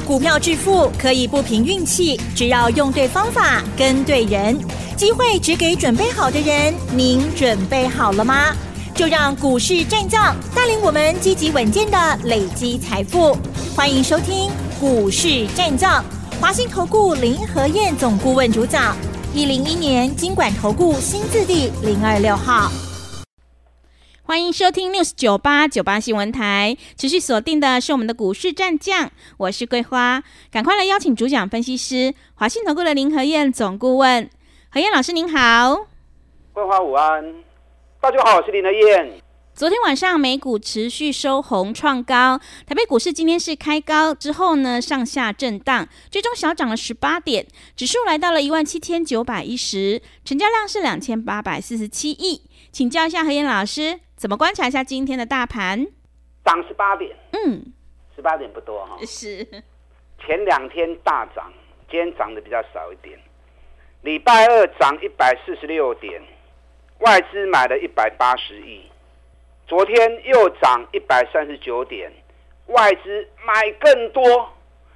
股票致富可以不凭运气，只要用对方法，跟对人。机会只给准备好的人，您准备好了吗？就让股市战将带领我们积极稳健的累积财富。欢迎收听股市战将，华信投顾林和彥总顾问主讲，101年金管投顾新字第026号。 欢迎收听 News98 新闻台，持续锁定的是我们的股市战将，我是桂花，赶快来邀请主讲分析师华信投顾的林和彥总顾问。和彥老师您好。 桂花午安，大家好，我是林和彥。 昨天晚上美股持续收红创高，台北股市今天是开高之后呢上下震荡，最终小涨了18点，指数来到了17910，成交量是2847亿。请教一下和彥老师，怎么观察一下今天的大盘？ 涨18点，18点不多哈， 是前2天大涨，今天涨的比较少一点。礼拜二涨146点，外资买了180亿。昨天又涨139点，外资买更多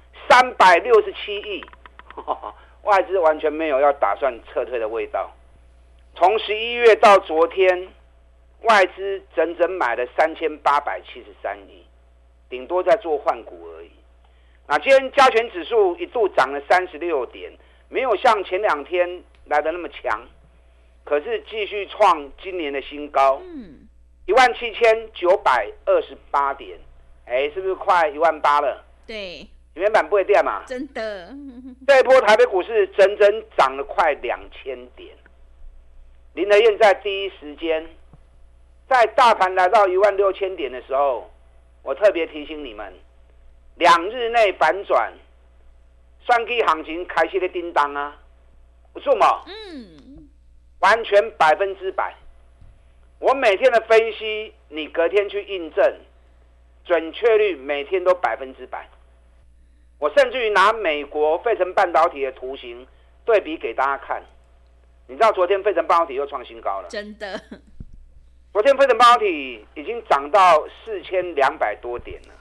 367亿，外资完全没有要打算撤退的味道。从11月到昨天，外资整整买了3873亿，顶多在做换股而已。那今天加权指数一度涨了36点，没有像前2天来的那么强，可是继续创今年的新高。17928点，是不是快18000了？ 对， 原版不会跌嘛？ 真的。 这一波台北股市整整涨了快2000点。林和彥在第一时间，在大盘来到16000点的时候，我特别提醒你们，2日内反转，选举行情开始的叮当啊，不错嘛？完全100%。我每天的分析，你隔天去印证，准确率每天都100%。我甚至于拿美国费城半导体的图形对比给大家看，你知道昨天费城半导体又创新高了， 真的。 昨天费城半导体已经涨到4200多点了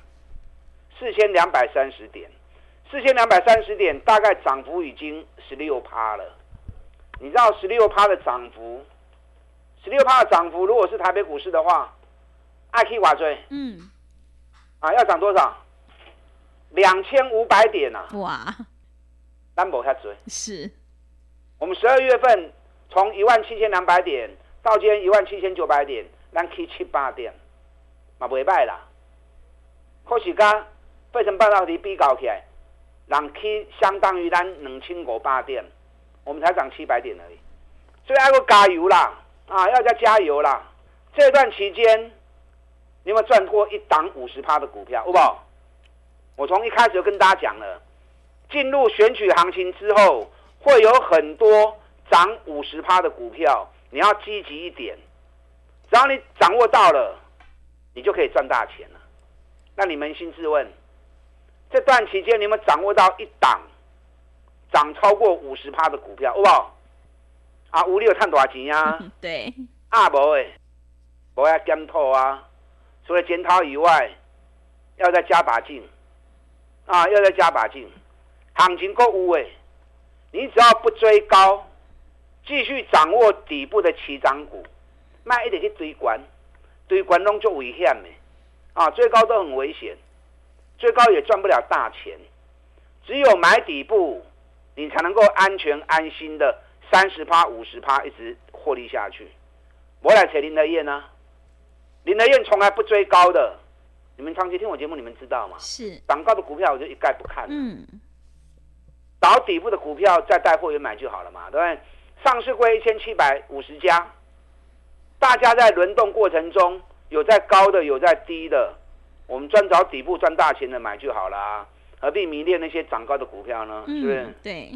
，4230点，4230点大概涨幅已经16%了。你知道16%的涨幅，16%的涨幅，如果是台北股市的话，爱去多少？要涨多少？2500点啊！ 哇， 咱没那么多。 是。我们12月份从17200点到今天17900点，咱去700点，嘛袂歹啦。可是甲费城半导体比较起来，人去相当于咱2500点，我们才涨700点而已。所以要个加油啦！要加油啦！这段期间，你有没有赚过一档50%的股票？有没有？我从一开始就跟大家讲了，进入选举行情之后，会有很多涨50%的股票，你要积极一点。只要你掌握到了，你就可以赚大钱了。那你扪心自问，这段期间你有没有掌握到一档涨超过50%的股票？有没有？有你有赚多少钱啊？ 对。 没诶，没要检讨啊。除了检讨以外，要再加把劲要再加把劲。行情够有诶，你只要不追高，继续掌握底部的起涨股，卖一直去追关，追关拢就危险的追高都很危险，追高也赚不了大钱。只有买底部，你才能够安全安心的30%、50%一直获利下去。我来找林和彥啊，林和彥从来不追高的，你们长期听我节目，你们知道吗？ 是。 涨高的股票我就一概不看了。找底部的股票再带货源买就好了嘛，对不对？上市柜1750家，大家在轮动过程中，有在高的，有在低的，我们专找底部赚大钱的买就好啦，何必迷恋那些涨高的股票呢？是不是？ 对。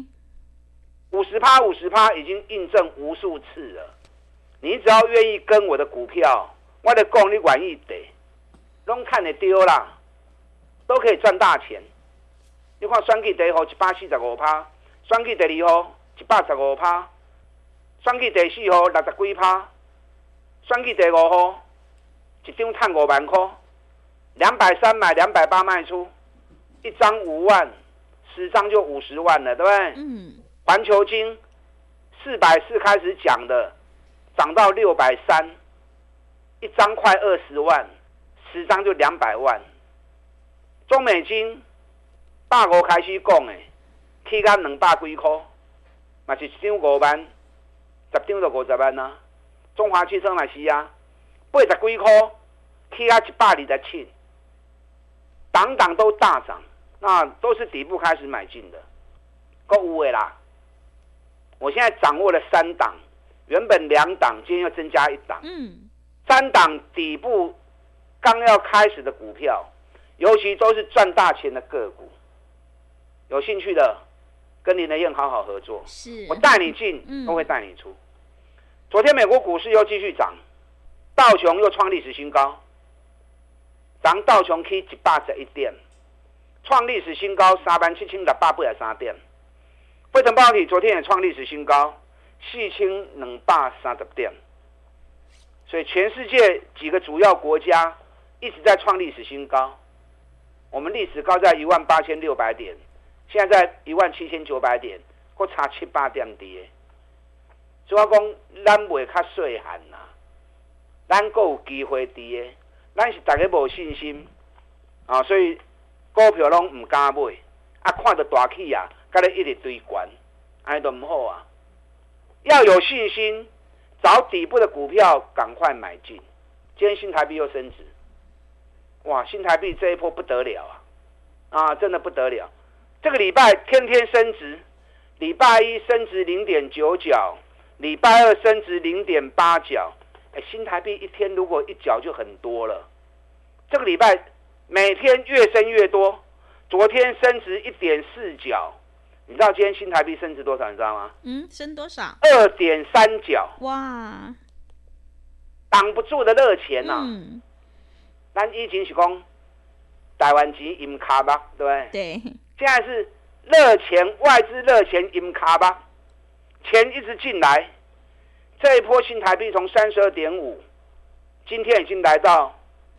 50%已经印证无数次了。你只要愿意跟我的股票，我的讲你愿意得，拢看得丢啦，都可以赚大钱。你看选举第一号145%，选举第二号115%，选举第4号60几%，选举第5号一张赚5万块，230买280卖出，一张5万 10张就50万了，对不对？环球金440开始讲的，涨到630，一张快20万，10张就200万。中美金150开始讲的，起到200几块，嘛是1张5万，10张就50万啊。中华汽车嘛是啊，80几块起到127，档档都大涨，那都是底部开始买进的。还有的啦，我现在掌握了3档，原本2档，今天又增加1档。3档底部刚要开始的股票，尤其都是赚大钱的个股。有兴趣的，跟林德燕好好合作。 是， 我带你进，都会带你出。昨天美国股市又继续涨，道琼又创历史新高，涨道琼起111点，创历史新高37683点。费城半导体昨天也创历史新高4230点。所以全世界几个主要国家一直在创历史新高，我们历史高在18600点，现在在17900点，还差7-8点低。所以我讲，咱袂较细汉啦，咱还有机会低的，咱是大家无信心啊，所以股票拢唔敢买，啊，看到大起啊，甲咧一直追悬，安尼都唔好啊。要有信心，找底部的股票赶快买进。今天新台币又升值，哇，新台币这一波不得了啊，真的不得了。这个礼拜天天升值，礼拜一升值0.9角，礼拜二升值0.8角。新台币一天如果1角就很多了。这个礼拜每天越升越多，昨天升值1.4角。你知道今天新台币升值多少？你知道吗？ 升多少 ？2.3角。 哇， 挡不住的热钱啊！咱以前是讲台湾钱阴卡吧，对不对？ 对。 现在是热钱，外资热钱阴卡吧，钱一直进来。这一波新台币从32.5，今天已经来到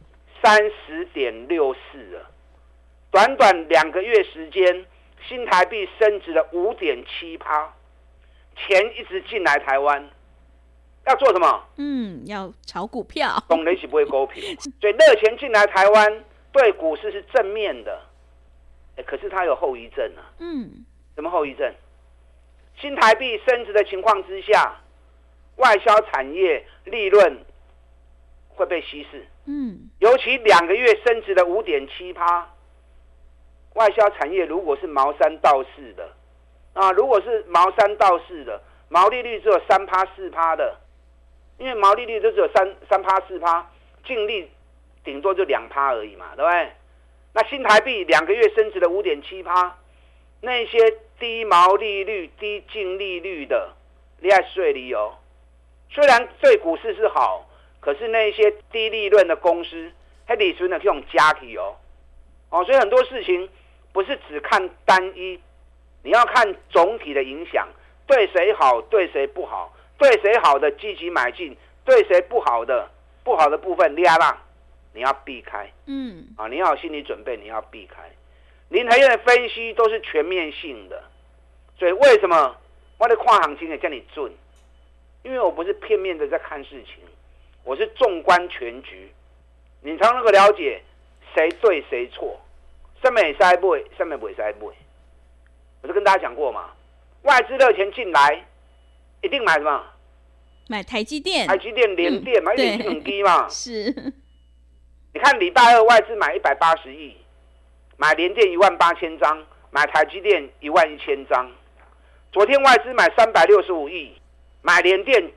30.64了。短短2个月时间，新台币升值了5.7%，钱一直进来台湾，要做什么？ 要炒股票。 当然是不会股票，所以热钱进来台湾对股市是正面的。可是它有后遗症啊。什么后遗症？新台币升值的情况之下，外销产业利润会被稀释。尤其2个月升值的5.7%。外销产业如果是毛三到四的啊，如果是毛三到四的，毛利率只有3%、4%的，因为毛利率就只有3%、4%，净利顶多就2%而已嘛，对不对？那新台币2个月升值了5.7%，那些低毛利率、低净利率的，你要税理哦。虽然对股市是好，可是那些低利润的公司，那利润呢可以用加起哦。所以很多事情不是只看单一，你要看总体的影响，对谁好，对谁不好，对谁好的积极买进，对谁不好的部分压让，你要避开。你要有心理准备，你要避开。林和燕的分析都是全面性的，所以为什么我的跨行情也叫你准？因为我不是片面的在看事情，我是纵观全局，你才能够了解谁对谁错。什么可以买，什么不可以买。我就跟大家讲过嘛，外资热钱进来，一定买什么？ 买台积电、 联电嘛，一定是很低嘛。 是。 你看礼拜二外资买180亿，买联电18000张，买台积电11000张。昨天外资买365亿，买联电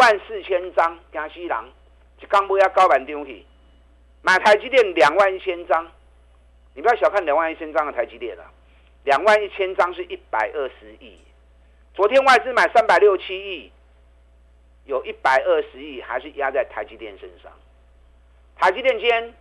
94000张，惊死人！一天买啊9万张去，买台积电21000张。你不要小看21000张的台积电了，21000张是120亿。昨天外资买367亿，有120亿还是压在台积电身上。台积电今天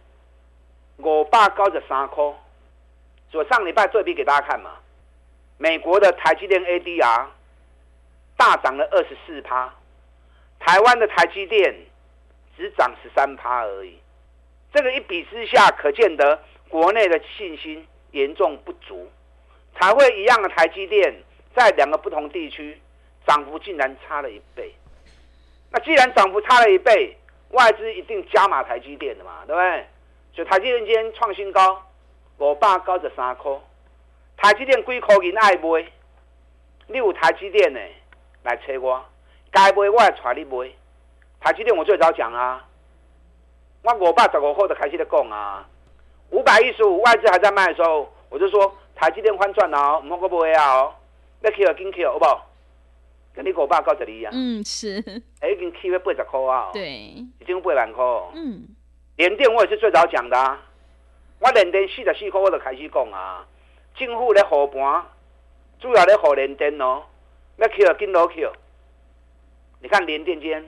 593块，我上礼拜对比给大家看嘛。美国的台积电 ADR 大涨了24%，台湾的台积电只涨13%而已。这个一比之下，可见得国内的信心严重不足， 才会一样的台积电，在2个不同地区涨幅竟然差了1倍。那既然涨幅差了1倍，外资一定加码台积电的嘛，对不对？所以台积电今天创新高，593块。台积电几块银爱买？你有台积电的来找我，该买我也带你买。台积电我最早讲啊，我515块就开始在讲啊，515外资还在卖的时候，我就说台积电翻转了，唔好个买啊哦，要去就紧去好不好？跟你592啊， 是， 已经起要80块啊， 对， 已经8万块。联电我也是最早讲的啊，我联电44块我就开始讲啊，政府咧护盘，主要咧护联电哦，要去就紧落去。你看联电今天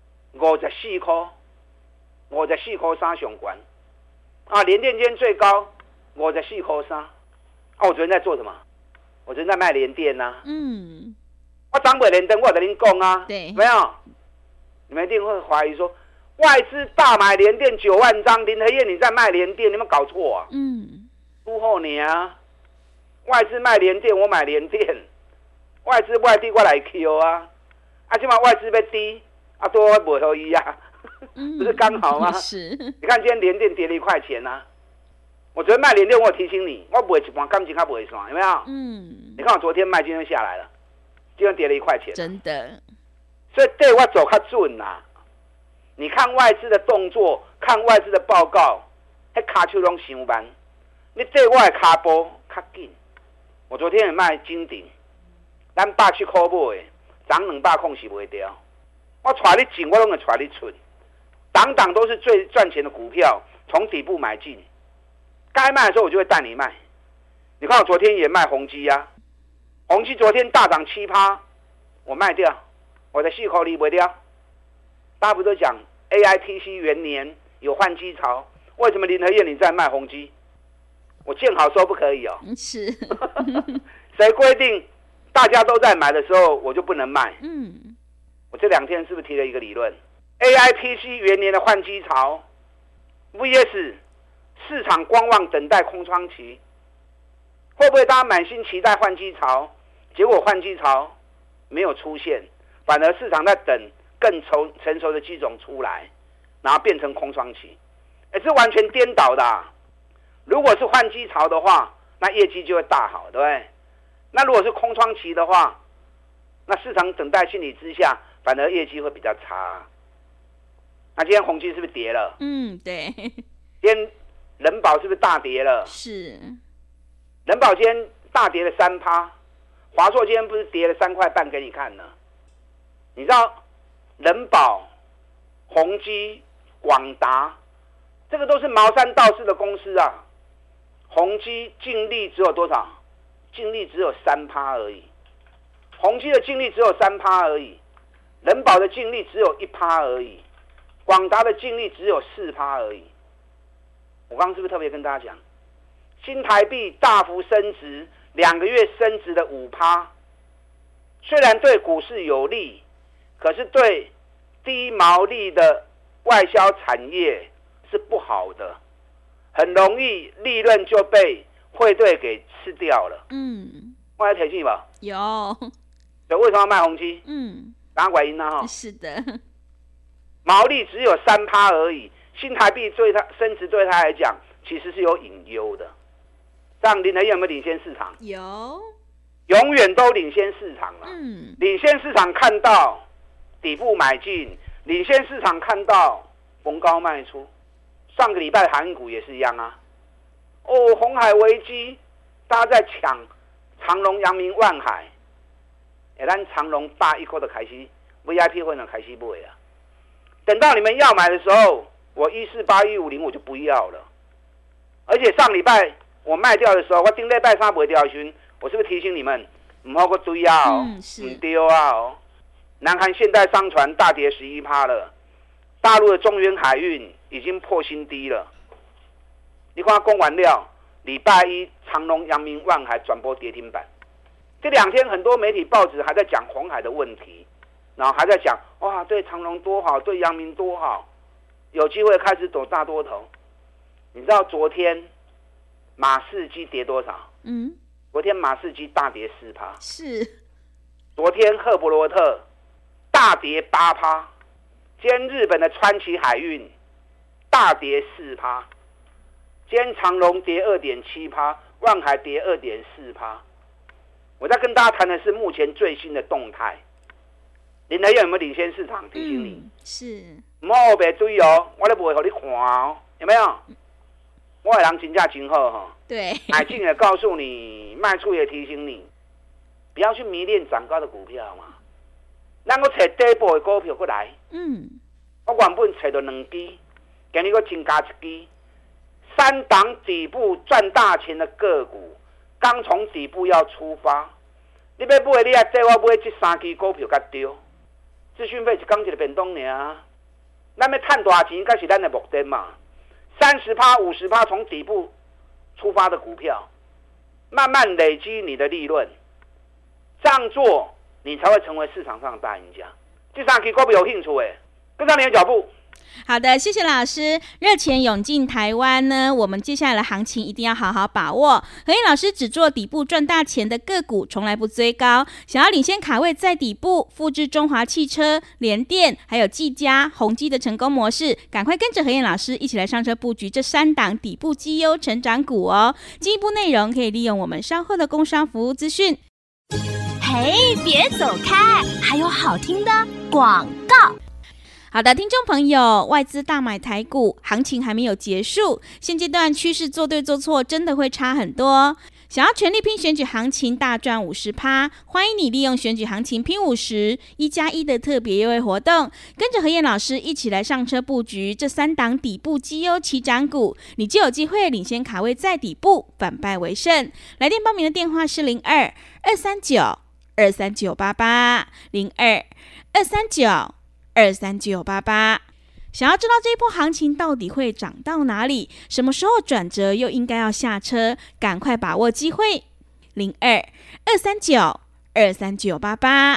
54块，54块3上悬啊，联电今天最高54块3。我昨天在做什么？我昨天在卖联电啊。我涨不联电，我跟您讲啊， 对， 没有，你们一定会怀疑说，外资大买联电9万张，林和燕你在卖联电，你们搞错啊？恭贺你啊！外资卖联电，我买联电，外资外地我来 Q 啊，现在外资要低，多我不合一啊，不是刚好吗？ 是， 你看今天联电跌了1块钱啊，我昨天卖联电，我有提醒你，我卖一半感情还不会算，有没有？你看我昨天卖，今天下来了。今天跌了1块钱， 真的， 所以对我走较准啦。你看外资的动作，看外资的报告，那卡手拢伤慢。你对我的卡波较紧。我昨天也卖金鼎，咱107块买，涨200块是袂掉。我带你进，我拢会带你出，档档都是最赚钱的股票，从底部买进。该卖的时候我就会带你卖。你看我昨天也卖宏基啊。宏基昨天大涨7%，我卖掉，我的4块2卖掉。大家不都讲 AITC 元年有换机潮，为什么林和燕你在卖宏基？我见好收不可以哦。 是， 谁规定大家都在买的时候我就不能卖？我这2天是不是提了一个理论 ？AITC 元年的换机潮 VS 市场观望等待空窗期，会不会大家满心期待换机潮？结果换机潮没有出现，反而市场在等更成熟的机种出来，然后变成空窗期，是完全颠倒的啊。如果是换机潮的话，那业绩就会大好，对不对？那如果是空窗期的话，那市场等待心理之下，反而业绩会比较差。那今天宏基是不是跌了？ 对。 今天人保是不是大跌了？ 是。 人保今天大跌了3%。华硕今天不是跌了3块半给你看呢？你知道人保、宏基、广达，这个都是茅山道士的公司啊。宏基净利只有多少？净利只有3%而已。宏基的净利只有3%而已，人保的净利只有1%而已，广达的净利只有4%而已。我刚刚是不是特别跟大家讲，新台币大幅升值？2个月升值的5%，虽然对股市有利，可是对低毛利的外销产业是不好的，很容易利润就被汇兑给吃掉了。我有提醒吧？ 有。 所以为什么要卖宏基？答案原因啊， 是的， 毛利只有3%而已，新台币对它升值对它来讲其实是有隐忧的。这样林和燕有没有领先市场？ 有， 永远都领先市场了。领先市场看到底部买进，领先市场看到逢高卖出。上个礼拜航运股也是一样啊。鸿海危机，大家在抢长荣、阳明、万海。咱长荣8一块的开始 VIP 会呢开始买啊。等到你们要买的时候，我148、150我就不要了。而且上礼拜我卖掉的时候，我顶礼拜3卖掉的时候，我是不是提醒你们不好去追啊？不丢啊！南韩现代商船大跌11%了，大陆的中原海运已经破新低了。你看公完料，礼拜1长荣、阳明、万海转播跌停板。这2天很多媒体报纸还在讲鸿海的问题，然后还在讲哇，对长荣多好，对阳明多好，有机会开始走大多头。你知道昨天马士基跌多少？ 昨天马士基大跌4%， 是。 昨天赫伯罗特大跌8%，今天日本的川崎海运大跌4%，今天长荣跌2.7%，万海跌2.4%。我在跟大家谈的是目前最新的动态。林和彥有没有领先市场？提醒你， 是。 唔好白对哦，我都不会给你看哦，有没有？我的人真正真好哈。 对。 买进也告诉你，卖出也提醒你，不要去迷恋涨高的股票嘛。咱个找底部的股票过来。我原本找到2支，今日我增加1支，3档底部赚大钱的个股，刚从底部要出发。你要买，你也带我买这3支股票较对。资讯费是刚一个变动尔，咱要赚大钱，才是咱的目的嘛。30%、50%从底部出发的股票，慢慢累积你的利润，这样做你才会成为市场上的大赢家。这3支股票有兴趣的，跟上你的脚步。 好的，谢谢老师。热钱涌进台湾呢，我们接下来的行情一定要好好把握。和彥老师只做底部赚大钱的个股，从来不追高。想要领先卡位在底部，复制中华汽车、联电还有技嘉、宏基的成功模式，赶快跟着和彥老师一起来上车布局这3档底部绩优成长股哦。进一步内容可以利用我们稍后的工商服务资讯。 嘿，别走开，还有好听的广告。 好的，听众朋友，外资大买台股，行情还没有结束，现阶段趋势做对做错真的会差很多。想要全力拼选举行情大赚50%，欢迎你利用选举行情拼50+1的特别优惠活动，跟着和彥老师一起来上车布局这3档底部绩优起涨股，你就有机会领先卡位在底部，反败为胜。来电报名的电话是02-239-23988 02-239-23988。想要知道这一波行情到底会涨到哪里，什么时候转折又应该要下车，赶快把握机会。02-239-23988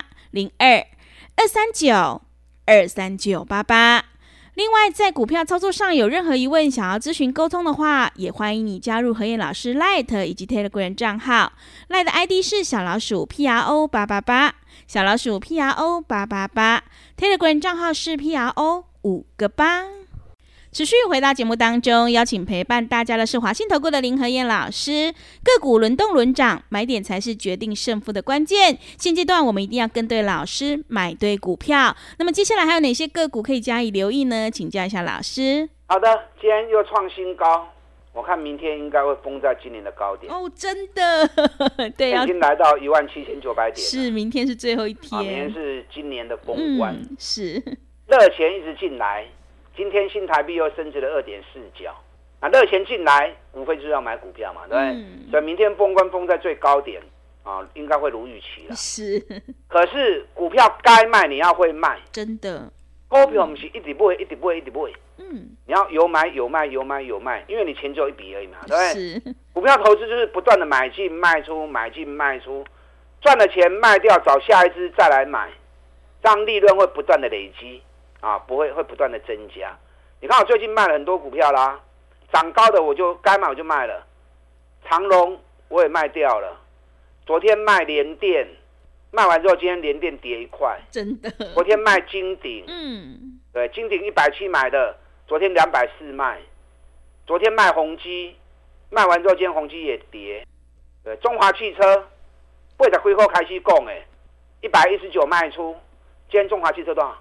02-239-23988。另外，在股票操作上有任何疑问，想要咨询沟通的话，也欢迎你加入和彥老师 Line 以及 Telegram 账号。Line 的 ID 是小老鼠 PRO888， 小老鼠 PRO888， Telegram 账号是 PRO5个8。持续回到节目当中，邀请陪伴大家的是华信投顾的林和彥老师。个股轮动轮涨，买点才是决定胜负的关键。现阶段我们一定要跟对老师，买对股票。那么接下来还有哪些个股可以加以留意呢？请教一下老师。 好的，今天又创新高，我看明天应该会封在今年的高点。 哦，真的，对啊， 已经来到17900点。 是，明天是最后一天。 明天是今年的封关。 是。 热钱一直进来。今天新台币又升值了2.4角，那热钱进来，无非就是要买股票嘛，对不对？所以明天封关封在最高点啊，应该会如预期了。 是， 可是股票该卖你要会卖， 真的。 股票不是一直买，一直买，一直买。你要有买有卖，有买有卖，因为你钱只有一笔而已嘛，对不对？ 是。 股票投资就是不断的买进卖出，买进卖出，赚了钱卖掉，找下一支再来买，这样利润会不断的累积。会不断的增加。你看我最近卖了很多股票啦，涨高的我就该卖我就卖了，长荣我也卖掉了，昨天卖联电，卖完之后今天联电跌1块， 真的。 昨天卖金鼎，对，金鼎170买的，昨天240卖，昨天卖宏基，卖完之后今天宏基也跌，对，中华汽车80几块开始讲的，119卖出，今天中华汽车多少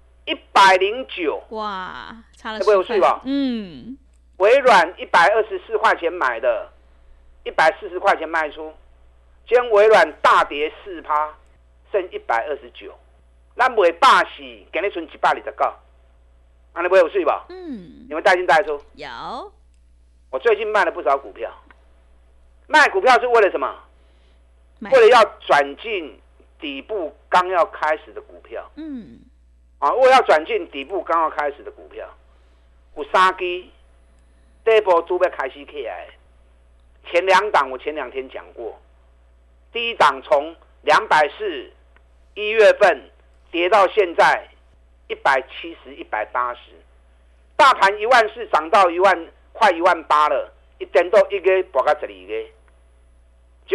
？109， 哇，差了 10块，有税吧？微软124块钱买的，140块钱卖出，今天微软大跌4%，剩129，咱卖8死，今日剩129，安尼不会有税吧？你们带进带出？ 有。 我最近卖了不少股票，卖股票是为了什么？为了要转进底部刚要开始的股票。我要转进底部刚要开始的股票，有3支底部都要开始起来。前2档我前2天讲过，第一档从240 1月份跌到现在170、180，大盘14000涨到快18000了，一点到1个博到12个，结果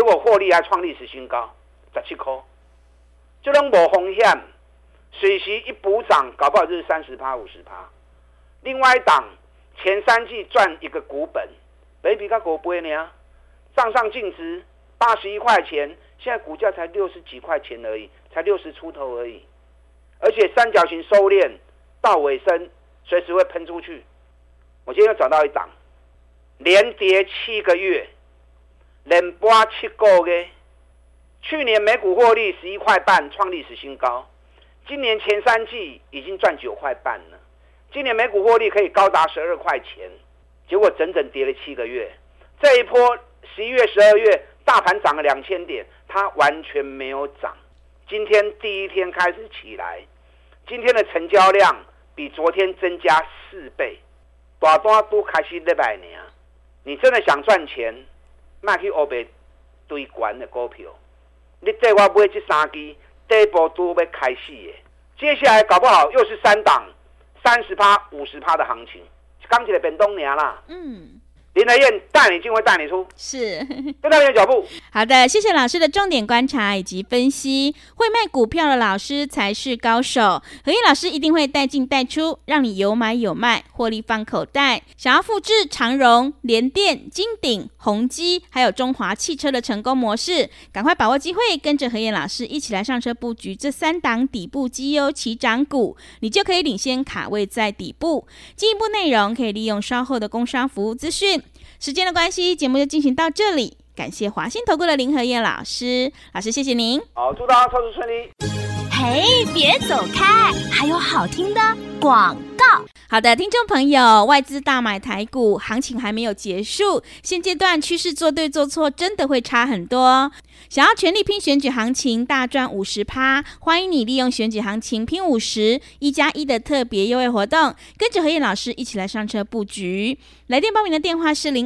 果获利还创历史新高，17块，就能没风险，随时一补涨，搞不好就是 30%、50%。另外一档前3季赚一个股本，本益比较高倍呢，账上净值81块钱，现在股价才60几块钱而已，才60出头而已，而且三角形收敛到尾声，随时会喷出去。我今天又找到一档，连跌7个月，连跌7个月，去年每股获利11块半，创历史新高，今年前3季已经赚9块半了，今年每股获利可以高达12块钱，结果整整跌了7个月。这一波11月、12月大盘涨了2000点，它完全没有涨。今天第一天开始起来，今天的成交量比昨天增加4倍，大单都开始礼拜呢。你真的想赚钱，别去黑白堆悬的股票，你带我买这3支，第一波都要开始的。接下来搞不好又是3档 30%、50% 的行情，刚起来变动年啦。林德燕带你进会带你出， 是跟上你的脚步。 好的，谢谢老师的重点观察以及分析。会卖股票的老师才是高手，和晏老师一定会带进带出，让你有买有卖，获利放口袋。想要复制长荣、联电、金鼎、宏基还有中华汽车的成功模式，赶快把握机会，跟着和晏老师一起来上车布局这3档底部绩优起涨股，你就可以领先卡位在底部。进一步内容可以利用稍后的工商服务资讯。时间的关系，节目就进行到这里。感谢华信投顾的林和晏老师，老师谢谢您。 好，祝大家操作顺利。 嘿，别走开，还有好听的广告。 好的，听众朋友，外资大买台股，行情还没有结束，现阶段趋势做对做错真的会差很多。想要全力拼选举行情大赚 50%， 欢迎你利用选举行情拼50 1+1的特别优惠活动，跟着和晏老师一起来上车布局。来电报名的电话是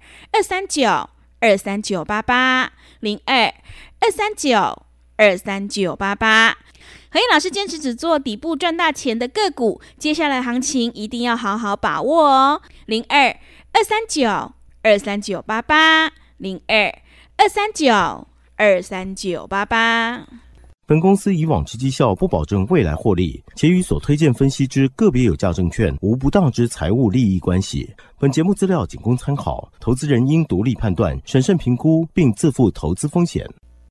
02-239-23988 02-239-23988。和晏老师坚持只做底部赚大钱的个股，接下来的行情一定要好好把握哦。02-239-23988 02-239-23988。 本公司以往之绩效不保证未来获利，且与所推荐分析之个别有价证券无不当之财务利益关系。本节目资料仅供参考，投资人应独立判断、审慎评估，并自负投资风险。